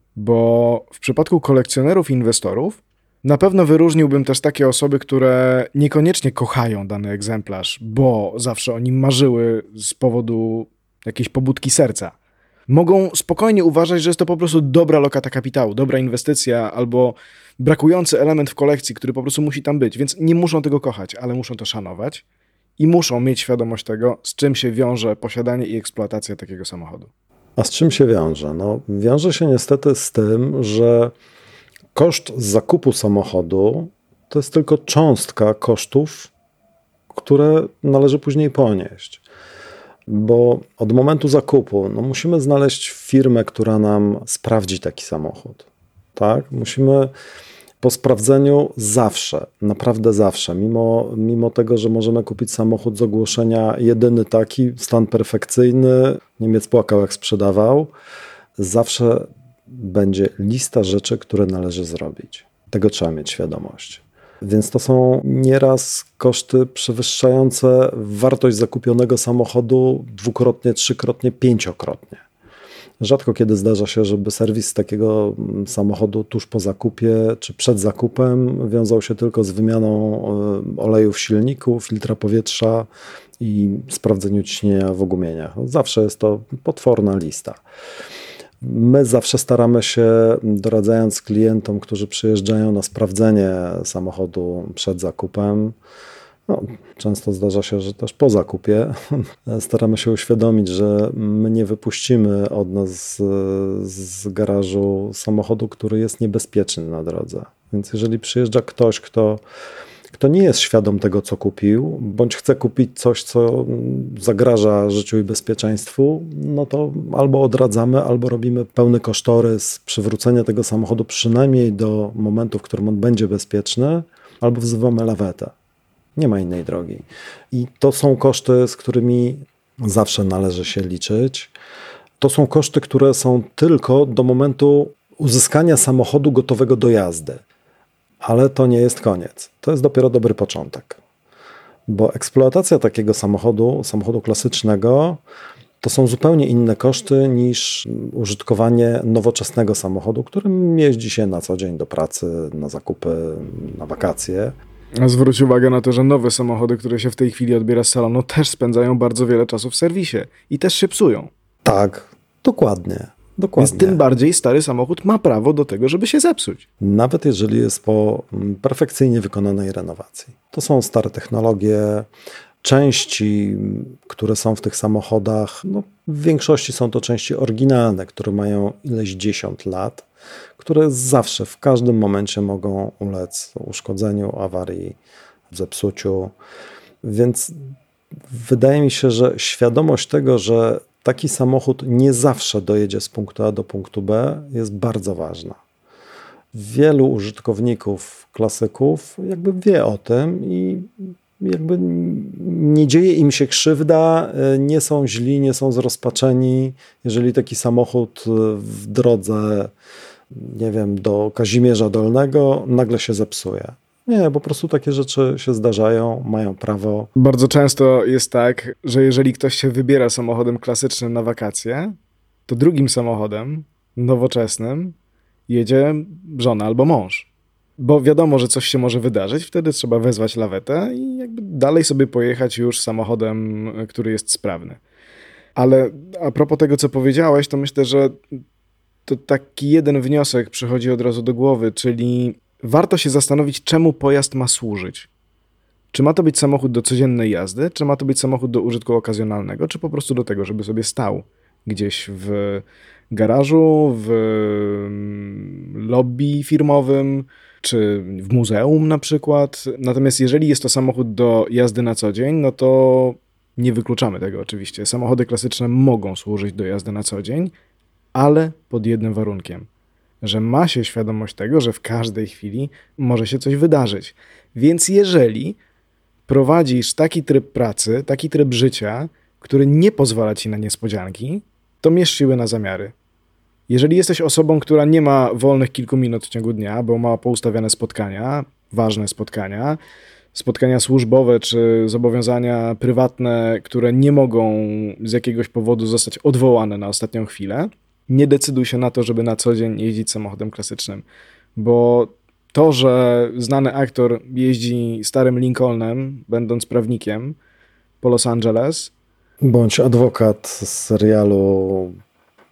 Bo w przypadku kolekcjonerów i inwestorów na pewno wyróżniłbym też takie osoby, które niekoniecznie kochają dany egzemplarz, bo zawsze o nim marzyły z powodu jakiejś pobudki serca. mogą spokojnie uważać, że jest to po prostu dobra lokata kapitału, dobra inwestycja albo brakujący element w kolekcji, który po prostu musi tam być. Więc nie muszą tego kochać, ale muszą to szanować i muszą mieć świadomość tego, z czym się wiąże posiadanie i eksploatacja takiego samochodu. A z czym się wiąże? No, wiąże się niestety z tym, że koszt zakupu samochodu to jest tylko cząstka kosztów, które należy później ponieść. Bo od momentu zakupu musimy znaleźć firmę, która nam sprawdzi taki samochód. Tak? Musimy po sprawdzeniu zawsze, naprawdę zawsze, mimo tego, że możemy kupić samochód z ogłoszenia jedyny taki, stan perfekcyjny, Niemiec płakał jak sprzedawał, zawsze będzie lista rzeczy, które należy zrobić. Tego trzeba mieć świadomość. Więc to są nieraz koszty przewyższające wartość zakupionego samochodu dwukrotnie, trzykrotnie, pięciokrotnie. Rzadko kiedy zdarza się, żeby serwis takiego samochodu tuż po zakupie czy przed zakupem wiązał się tylko z wymianą oleju w silniku, filtra powietrza i sprawdzeniu ciśnienia w ogumieniach. Zawsze jest to potworna lista. My zawsze staramy się, doradzając klientom, którzy przyjeżdżają na sprawdzenie samochodu przed zakupem, często zdarza się, że też po zakupie, staramy się uświadomić, że my nie wypuścimy od nas z garażu samochodu, który jest niebezpieczny na drodze. Więc jeżeli przyjeżdża ktoś, kto nie jest świadom tego, co kupił, bądź chce kupić coś, co zagraża życiu i bezpieczeństwu, no to albo odradzamy, albo robimy pełny kosztorys przywrócenia tego samochodu przynajmniej do momentu, w którym on będzie bezpieczny, albo wzywamy lawetę. Nie ma innej drogi. I to są koszty, z którymi zawsze należy się liczyć. To są koszty, które są tylko do momentu uzyskania samochodu gotowego do jazdy. Ale to nie jest koniec. To jest dopiero dobry początek. Bo eksploatacja takiego samochodu klasycznego, to są zupełnie inne koszty niż użytkowanie nowoczesnego samochodu, którym jeździ się na co dzień do pracy, na zakupy, na wakacje. A zwróć uwagę na to, że nowe samochody, które się w tej chwili odbiera z salonu, też spędzają bardzo wiele czasu w serwisie i też się psują. Tak, dokładnie. Więc tym bardziej stary samochód ma prawo do tego, żeby się zepsuć. Nawet jeżeli jest po perfekcyjnie wykonanej renowacji. To są stare technologie, części, które są w tych samochodach, w większości są to części oryginalne, które mają ileś 10 lat, które zawsze, w każdym momencie mogą ulec uszkodzeniu, awarii, zepsuciu. Więc wydaje mi się, że świadomość tego, że taki samochód nie zawsze dojedzie z punktu A do punktu B, jest bardzo ważna. Wielu użytkowników, klasyków jakby wie o tym i jakby nie dzieje im się krzywda, nie są źli, nie są zrozpaczeni, jeżeli taki samochód w drodze, nie wiem, do Kazimierza Dolnego nagle się zepsuje. Nie, po prostu takie rzeczy się zdarzają, mają prawo. Bardzo często jest tak, że jeżeli ktoś się wybiera samochodem klasycznym na wakacje, to drugim samochodem, nowoczesnym, jedzie żona albo mąż. Bo wiadomo, że coś się może wydarzyć, wtedy trzeba wezwać lawetę i jakby dalej sobie pojechać już samochodem, który jest sprawny. Ale a propos tego, co powiedziałeś, to myślę, że to taki jeden wniosek przychodzi od razu do głowy, czyli warto się zastanowić, czemu pojazd ma służyć. Czy ma to być samochód do codziennej jazdy, czy ma to być samochód do użytku okazjonalnego, czy po prostu do tego, żeby sobie stał gdzieś w garażu, w lobby firmowym, czy w muzeum na przykład. Natomiast jeżeli jest to samochód do jazdy na co dzień, no to nie wykluczamy tego oczywiście. Samochody klasyczne mogą służyć do jazdy na co dzień, ale pod jednym warunkiem, że ma się świadomość tego, że w każdej chwili może się coś wydarzyć. Więc jeżeli prowadzisz taki tryb pracy, taki tryb życia, który nie pozwala ci na niespodzianki, to mierz siły na zamiary. Jeżeli jesteś osobą, która nie ma wolnych kilku minut w ciągu dnia, bo ma poustawiane spotkania, ważne spotkania służbowe czy zobowiązania prywatne, które nie mogą z jakiegoś powodu zostać odwołane na ostatnią chwilę, nie decyduj się na to, żeby na co dzień jeździć samochodem klasycznym, bo to, że znany aktor jeździ starym Lincolnem, będąc prawnikiem po Los Angeles, bądź adwokat z serialu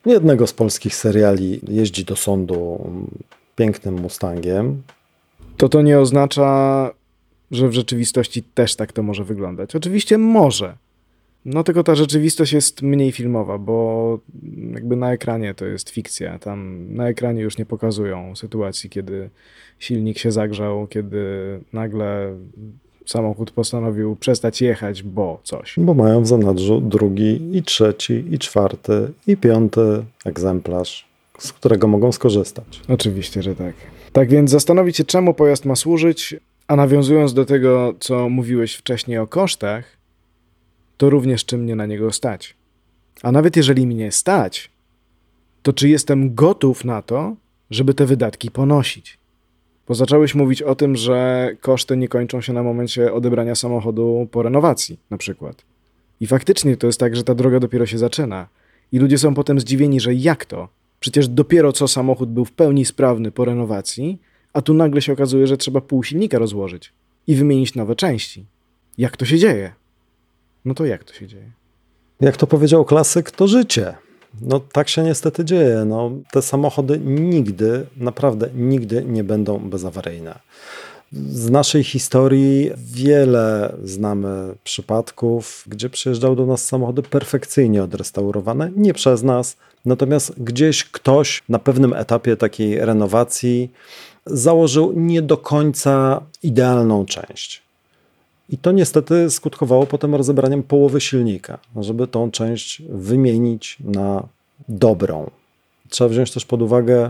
jednego z polskich seriali jeździ do sądu pięknym Mustangiem. To nie oznacza, że w rzeczywistości też tak to może wyglądać. Oczywiście może. No tylko ta rzeczywistość jest mniej filmowa, bo jakby na ekranie to jest fikcja. Tam na ekranie już nie pokazują sytuacji, kiedy silnik się zagrzał, kiedy nagle samochód postanowił przestać jechać, bo coś. Bo mają w zanadrzu drugi, i trzeci, i czwarty, i piąty egzemplarz, z którego mogą skorzystać. Oczywiście, że tak. Tak więc zastanowić się, czemu pojazd ma służyć, a nawiązując do tego, co mówiłeś wcześniej o kosztach, to również czym mnie na niego stać. A nawet jeżeli mnie stać, to czy jestem gotów na to, żeby te wydatki ponosić? Bo zacząłeś mówić o tym, że koszty nie kończą się na momencie odebrania samochodu po renowacji, na przykład. I faktycznie to jest tak, że ta droga dopiero się zaczyna. I ludzie są potem zdziwieni, że jak to? Przecież dopiero co samochód był w pełni sprawny po renowacji, a tu nagle się okazuje, że trzeba pół silnika rozłożyć i wymienić nowe części. Jak to się dzieje? No to jak to się dzieje? Jak to powiedział klasyk, to życie. No tak się niestety dzieje. No, te samochody nigdy, naprawdę nigdy nie będą bezawaryjne. Z naszej historii wiele znamy przypadków, gdzie przyjeżdżały do nas samochody perfekcyjnie odrestaurowane, nie przez nas, natomiast gdzieś ktoś na pewnym etapie takiej renowacji założył nie do końca idealną część. I to niestety skutkowało potem rozebraniem połowy silnika, żeby tą część wymienić na dobrą. Trzeba wziąć też pod uwagę,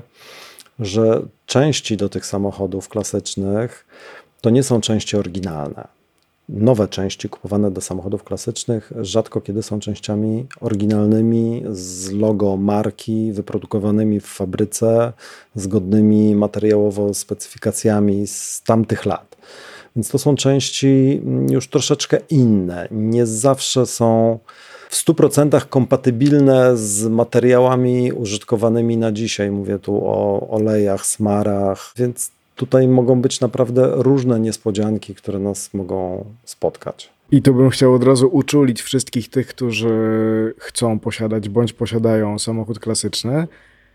że części do tych samochodów klasycznych to nie są części oryginalne. Nowe części kupowane do samochodów klasycznych rzadko kiedy są częściami oryginalnymi, z logo marki, wyprodukowanymi w fabryce, zgodnymi materiałowo specyfikacjami z tamtych lat. Więc to są części już troszeczkę inne. Nie zawsze są w 100% kompatybilne z materiałami użytkowanymi na dzisiaj. Mówię tu o olejach, smarach, więc tutaj mogą być naprawdę różne niespodzianki, które nas mogą spotkać. I tu bym chciał od razu uczulić wszystkich tych, którzy chcą posiadać bądź posiadają samochód klasyczny,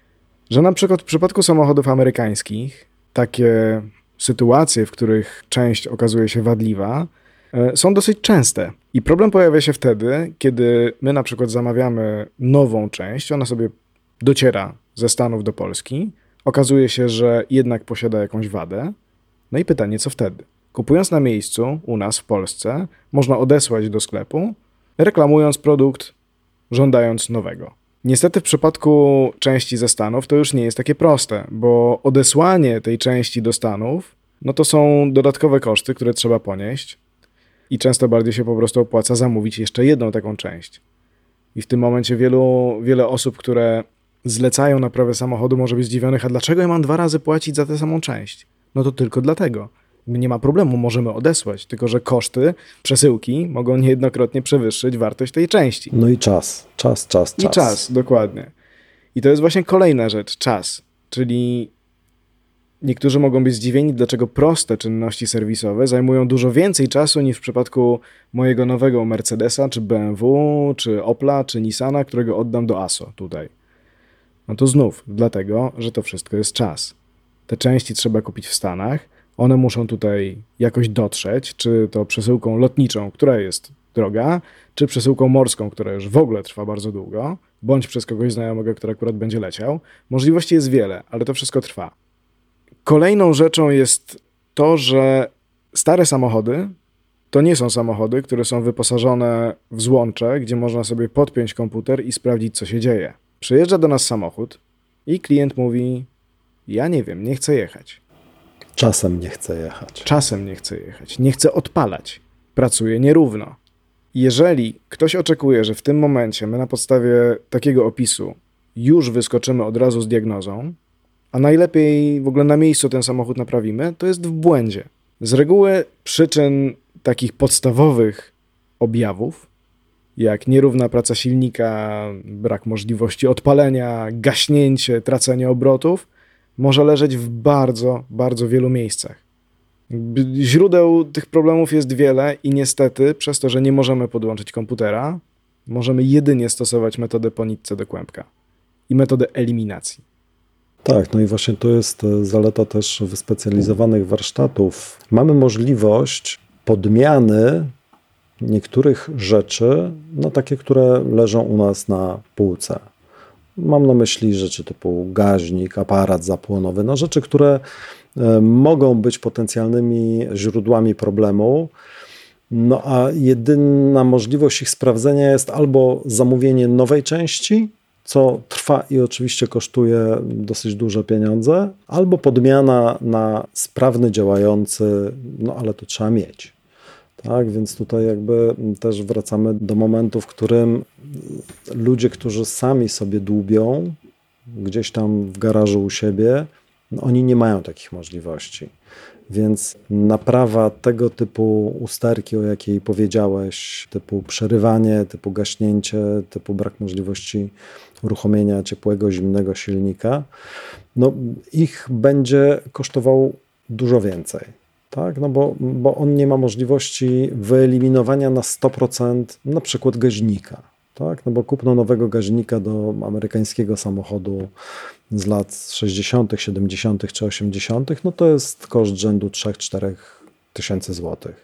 że na przykład w przypadku samochodów amerykańskich takie sytuacje, w których część okazuje się wadliwa, są dosyć częste. I problem pojawia się wtedy, kiedy my na przykład zamawiamy nową część, ona sobie dociera ze Stanów do Polski, okazuje się, że jednak posiada jakąś wadę. No i pytanie, co wtedy? Kupując na miejscu, u nas w Polsce, można odesłać do sklepu, reklamując produkt, żądając nowego. Niestety w przypadku części ze Stanów to już nie jest takie proste, bo odesłanie tej części do Stanów, no to są dodatkowe koszty, które trzeba ponieść i często bardziej się po prostu opłaca zamówić jeszcze jedną taką część. I w tym momencie wiele osób, które zlecają naprawę samochodu, może być zdziwionych, a dlaczego ja mam 2 razy płacić za tę samą część? No to tylko dlatego. Nie ma problemu, możemy odesłać, tylko że koszty przesyłki mogą niejednokrotnie przewyższyć wartość tej części. No i czas. I czas, dokładnie. I to jest właśnie kolejna rzecz, czas. Czyli niektórzy mogą być zdziwieni, dlaczego proste czynności serwisowe zajmują dużo więcej czasu niż w przypadku mojego nowego Mercedesa, czy BMW, czy Opla, czy Nissana, którego oddam do ASO tutaj. No to znów dlatego, że to wszystko jest czas. Te części trzeba kupić w Stanach, one muszą tutaj jakoś dotrzeć, czy to przesyłką lotniczą, która jest droga, czy przesyłką morską, która już w ogóle trwa bardzo długo, bądź przez kogoś znajomego, który akurat będzie leciał. Możliwości jest wiele, ale to wszystko trwa. Kolejną rzeczą jest to, że stare samochody to nie są samochody, które są wyposażone w złącze, gdzie można sobie podpiąć komputer i sprawdzić, co się dzieje. Przyjeżdża do nas samochód i klient mówi: ja nie wiem, nie chcę jechać. Czasem nie chcę jechać. Nie chcę odpalać. Pracuje nierówno. Jeżeli ktoś oczekuje, że w tym momencie my na podstawie takiego opisu już wyskoczymy od razu z diagnozą, a najlepiej w ogóle na miejscu ten samochód naprawimy, to jest w błędzie. Z reguły przyczyn takich podstawowych objawów, jak nierówna praca silnika, brak możliwości odpalenia, gaśnięcie, tracenie obrotów, może leżeć w bardzo, bardzo wielu miejscach. Źródeł tych problemów jest wiele i niestety, przez to, że nie możemy podłączyć komputera, możemy jedynie stosować metodę po nitce do kłębka. i metodę eliminacji. Tak, no i właśnie to jest zaleta też wyspecjalizowanych warsztatów. Mamy możliwość podmiany niektórych rzeczy na takie, które leżą u nas na półce. Mam na myśli rzeczy typu gaźnik, aparat zapłonowy, no rzeczy, które mogą być potencjalnymi źródłami problemu, no a jedyna możliwość ich sprawdzenia jest albo zamówienie nowej części, co trwa i oczywiście kosztuje dosyć duże pieniądze, albo podmiana na sprawny, działający, no ale to trzeba mieć. Tak, więc tutaj jakby też wracamy do momentu, w którym ludzie, którzy sami sobie dłubią gdzieś tam w garażu u siebie, no oni nie mają takich możliwości. Więc naprawa tego typu usterki, o jakiej powiedziałeś, typu przerywanie, typu gaśnięcie, typu brak możliwości uruchomienia ciepłego, zimnego silnika, no ich będzie kosztował dużo więcej. Tak? No bo on nie ma możliwości wyeliminowania na 100% na przykład gaźnika. Tak? No bo kupno nowego gaźnika do amerykańskiego samochodu z lat 60., 70. czy 80., no to jest koszt rzędu 3-4 tysięcy złotych.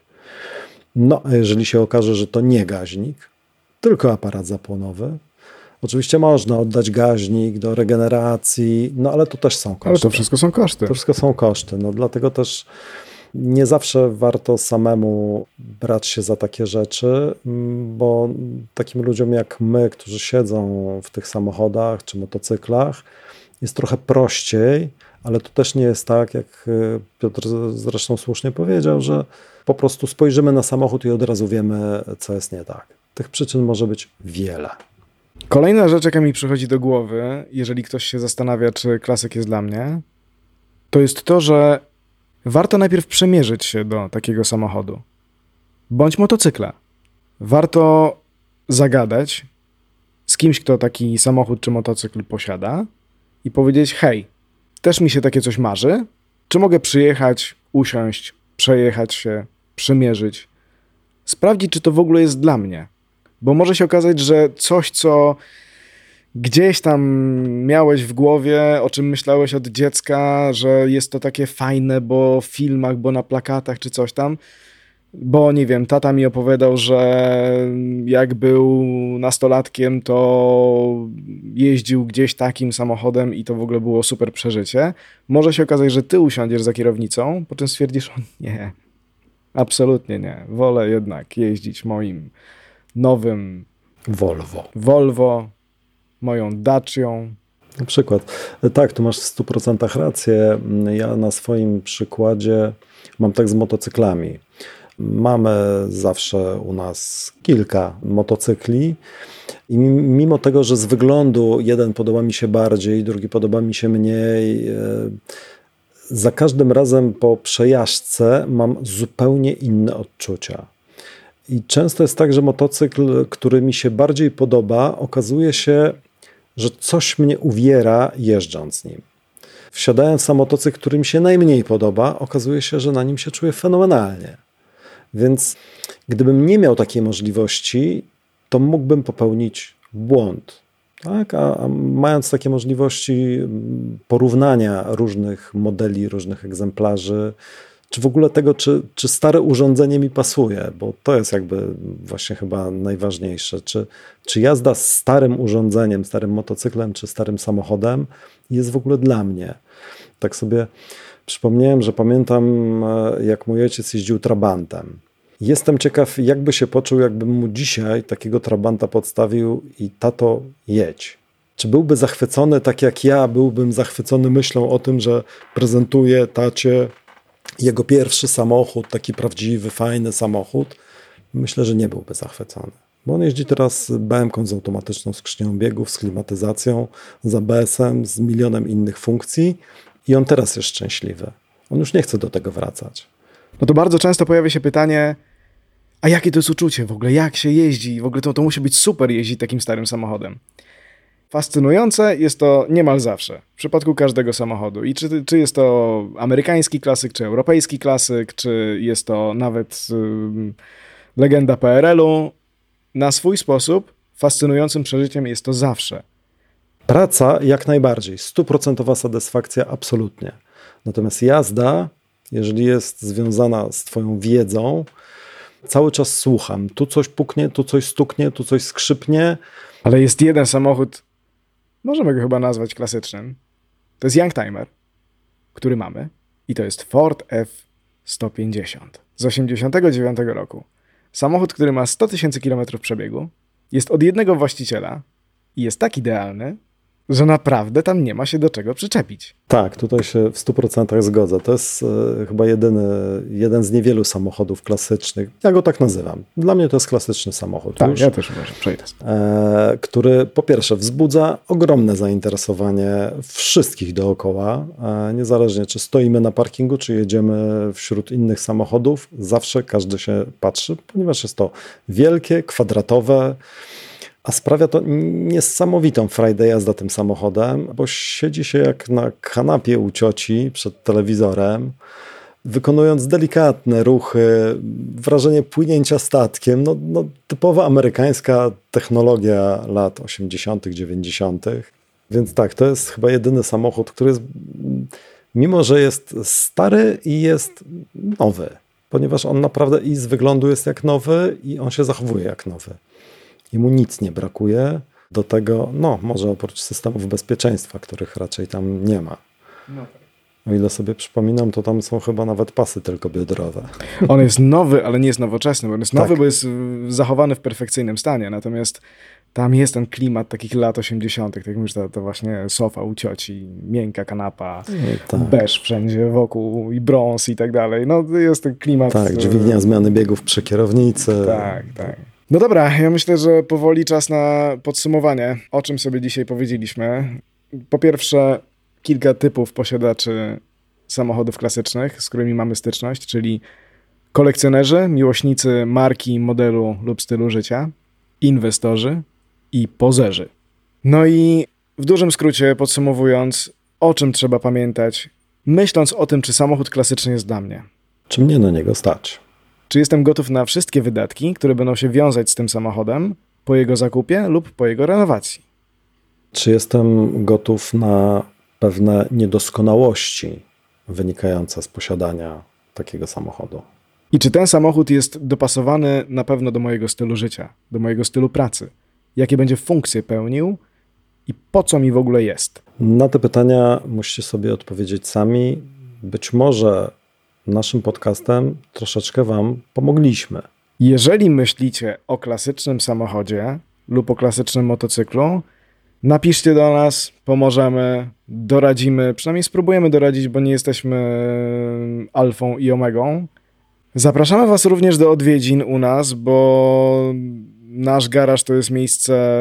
No a jeżeli się okaże, że to nie gaźnik, tylko aparat zapłonowy, oczywiście można oddać gaźnik do regeneracji, no ale to też są koszty. Ale to wszystko są koszty. To wszystko są koszty, no dlatego też nie zawsze warto samemu brać się za takie rzeczy, bo takim ludziom jak my, którzy siedzą w tych samochodach czy motocyklach, jest trochę prościej, ale to też nie jest tak, jak Piotr zresztą słusznie powiedział, że po prostu spojrzymy na samochód i od razu wiemy, co jest nie tak. Tych przyczyn może być wiele. Kolejna rzecz, jaka mi przychodzi do głowy, jeżeli ktoś się zastanawia, czy klasyk jest dla mnie, to jest to, że warto najpierw przemierzyć się do takiego samochodu, bądź motocykla. Warto zagadać z kimś, kto taki samochód czy motocykl posiada i powiedzieć: hej, też mi się takie coś marzy, czy mogę przyjechać, usiąść, przejechać się, przymierzyć, sprawdzić, czy to w ogóle jest dla mnie. Bo może się okazać, że coś, co gdzieś tam miałeś w głowie, o czym myślałeś od dziecka, że jest to takie fajne, bo w filmach, bo na plakatach czy coś tam, bo nie wiem, tata mi opowiadał, że jak był nastolatkiem, to jeździł gdzieś takim samochodem i to w ogóle było super przeżycie. Może się okazać, że ty usiądziesz za kierownicą, po czym stwierdzisz: o nie, absolutnie nie, wolę jednak jeździć moim nowym Volvo, moją Dacią. Na przykład. Tak, tu masz w 100% rację. Ja na swoim przykładzie mam tak z motocyklami. Mamy zawsze u nas kilka motocykli i mimo tego, że z wyglądu jeden podoba mi się bardziej, drugi podoba mi się mniej, za każdym razem po przejażdżce mam zupełnie inne odczucia. I często jest tak, że motocykl, który mi się bardziej podoba, okazuje się, że coś mnie uwiera jeżdżąc nim. Wsiadając na motocykl, który mi się najmniej podoba, okazuje się, że na nim się czuję fenomenalnie. Więc gdybym nie miał takiej możliwości, to mógłbym popełnić błąd. Tak? A mając takie możliwości porównania różnych modeli, różnych egzemplarzy, czy w ogóle tego, czy stare urządzenie mi pasuje, bo to jest jakby właśnie chyba najważniejsze. Czy jazda z starym urządzeniem, starym motocyklem, czy starym samochodem jest w ogóle dla mnie. Tak sobie przypomniałem, że pamiętam, jak mój ojciec jeździł Trabantem. Jestem ciekaw, jakby się poczuł, jakbym mu dzisiaj takiego Trabanta podstawił i: tato, jedź. Czy byłby zachwycony tak jak ja byłbym zachwycony myślą o tym, że prezentuje tacie jego pierwszy samochód, taki prawdziwy, fajny samochód? Myślę, że nie byłby zachwycony. Bo on jeździ teraz BM-ką z automatyczną skrzynią biegów, z klimatyzacją, z ABS-em, z milionem innych funkcji i on teraz jest szczęśliwy. On już nie chce do tego wracać. No to bardzo często pojawia się pytanie: a jakie to jest uczucie w ogóle? Jak się jeździ? W ogóle to musi być super jeździć takim starym samochodem. Fascynujące jest to niemal zawsze, w przypadku każdego samochodu. I czy jest to amerykański klasyk, czy europejski klasyk, czy jest to nawet legenda PRL-u, na swój sposób fascynującym przeżyciem jest to zawsze. Praca jak najbardziej, 100% satysfakcja absolutnie. Natomiast jazda, jeżeli jest związana z twoją wiedzą, cały czas słucham. Tu coś puknie, tu coś stuknie, tu coś skrzypnie. Ale jest jeden samochód, możemy go chyba nazwać klasycznym. To jest Youngtimer, który mamy i to jest Ford F-150 z 89 roku. Samochód, który ma 100 000 km przebiegu, jest od jednego właściciela i jest tak idealny, że naprawdę tam nie ma się do czego przyczepić. Tak, tutaj się w 100% zgodzę. To jest chyba jeden z niewielu samochodów klasycznych. Ja go tak nazywam. Dla mnie to jest klasyczny samochód. Tak, już, ja też uważam, przejdę. który po pierwsze wzbudza ogromne zainteresowanie wszystkich dookoła. Niezależnie czy stoimy na parkingu, czy jedziemy wśród innych samochodów, zawsze każdy się patrzy, ponieważ jest to wielkie, kwadratowe, a sprawia to niesamowitą frajdę jazda tym samochodem, bo siedzi się jak na kanapie u cioci przed telewizorem, wykonując delikatne ruchy, wrażenie płynięcia statkiem. No, typowa amerykańska technologia lat 80., 90. Więc tak, to jest chyba jedyny samochód, który jest, mimo że jest stary i jest nowy, ponieważ on naprawdę i z wyglądu jest jak nowy i on się zachowuje jak nowy. Jemu nic nie brakuje do tego, może oprócz systemów bezpieczeństwa, których raczej tam nie ma. O ile sobie przypominam, to tam są chyba nawet pasy tylko biodrowe. On jest nowy, ale nie jest nowoczesny. On jest nowy, Tak. bo jest zachowany w perfekcyjnym stanie. Natomiast tam jest ten klimat takich lat 80., tak jak mówisz, to właśnie sofa u cioci, miękka kanapa, Tak. beż wszędzie wokół i brąz i tak dalej. No jest ten klimat. Tak, dźwignia zmiany biegów przy kierownicy. Tak. No dobra, ja myślę, że powoli czas na podsumowanie, o czym sobie dzisiaj powiedzieliśmy. Po pierwsze, kilka typów posiadaczy samochodów klasycznych, z którymi mamy styczność, czyli kolekcjonerzy, miłośnicy marki, modelu lub stylu życia, inwestorzy i pozerzy. No i w dużym skrócie podsumowując, o czym trzeba pamiętać, myśląc o tym, czy samochód klasyczny jest dla mnie. Czy mnie na niego stać? Czy jestem gotów na wszystkie wydatki, które będą się wiązać z tym samochodem po jego zakupie lub po jego renowacji? Czy jestem gotów na pewne niedoskonałości wynikające z posiadania takiego samochodu? I czy ten samochód jest dopasowany na pewno do mojego stylu życia, do mojego stylu pracy? Jakie będzie funkcje pełnił i po co mi w ogóle jest? Na te pytania musicie sobie odpowiedzieć sami. Być może naszym podcastem troszeczkę wam pomogliśmy. Jeżeli myślicie o klasycznym samochodzie lub o klasycznym motocyklu, napiszcie do nas, pomożemy, doradzimy, przynajmniej spróbujemy doradzić, bo nie jesteśmy alfą i omegą. Zapraszamy was również do odwiedzin u nas, bo nasz garaż to jest miejsce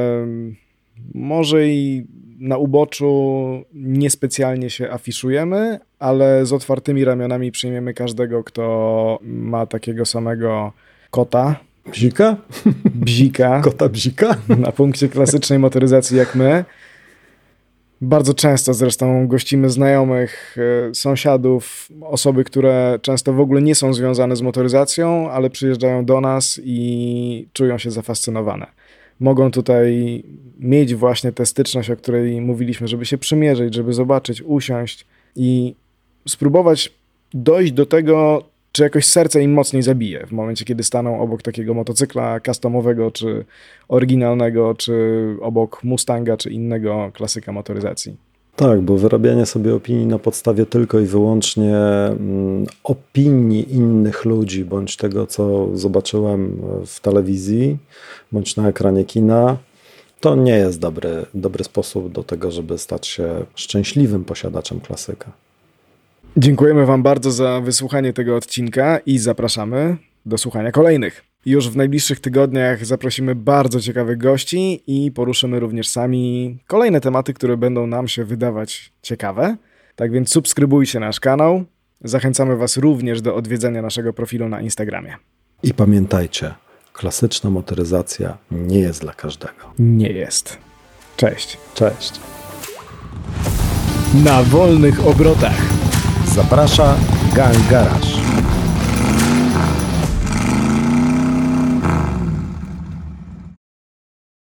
może i na uboczu niespecjalnie się afiszujemy, ale z otwartymi ramionami przyjmiemy każdego, kto ma takiego samego kota, Bzika? bzika, Kota bzika? na punkcie klasycznej motoryzacji jak my. Bardzo często zresztą gościmy znajomych, sąsiadów, osoby, które często w ogóle nie są związane z motoryzacją, ale przyjeżdżają do nas i czują się zafascynowane. Mogą tutaj mieć właśnie tę styczność, o której mówiliśmy, żeby się przymierzyć, żeby zobaczyć, usiąść i spróbować dojść do tego, czy jakoś serce im mocniej zabije w momencie, kiedy staną obok takiego motocykla customowego, czy oryginalnego, czy obok Mustanga, czy innego klasyka motoryzacji. Tak, bo wyrabianie sobie opinii na podstawie tylko i wyłącznie opinii innych ludzi, bądź tego, co zobaczyłem w telewizji, bądź na ekranie kina, to nie jest dobry sposób do tego, żeby stać się szczęśliwym posiadaczem klasyka. Dziękujemy wam bardzo za wysłuchanie tego odcinka i zapraszamy do słuchania kolejnych. Już w najbliższych tygodniach zaprosimy bardzo ciekawych gości i poruszymy również sami kolejne tematy, które będą nam się wydawać ciekawe. Tak więc subskrybujcie nasz kanał. Zachęcamy was również do odwiedzenia naszego profilu na Instagramie. I pamiętajcie, klasyczna motoryzacja nie jest dla każdego. Nie jest. Cześć. Cześć. Na wolnych obrotach. Zaprasza Gang Garage.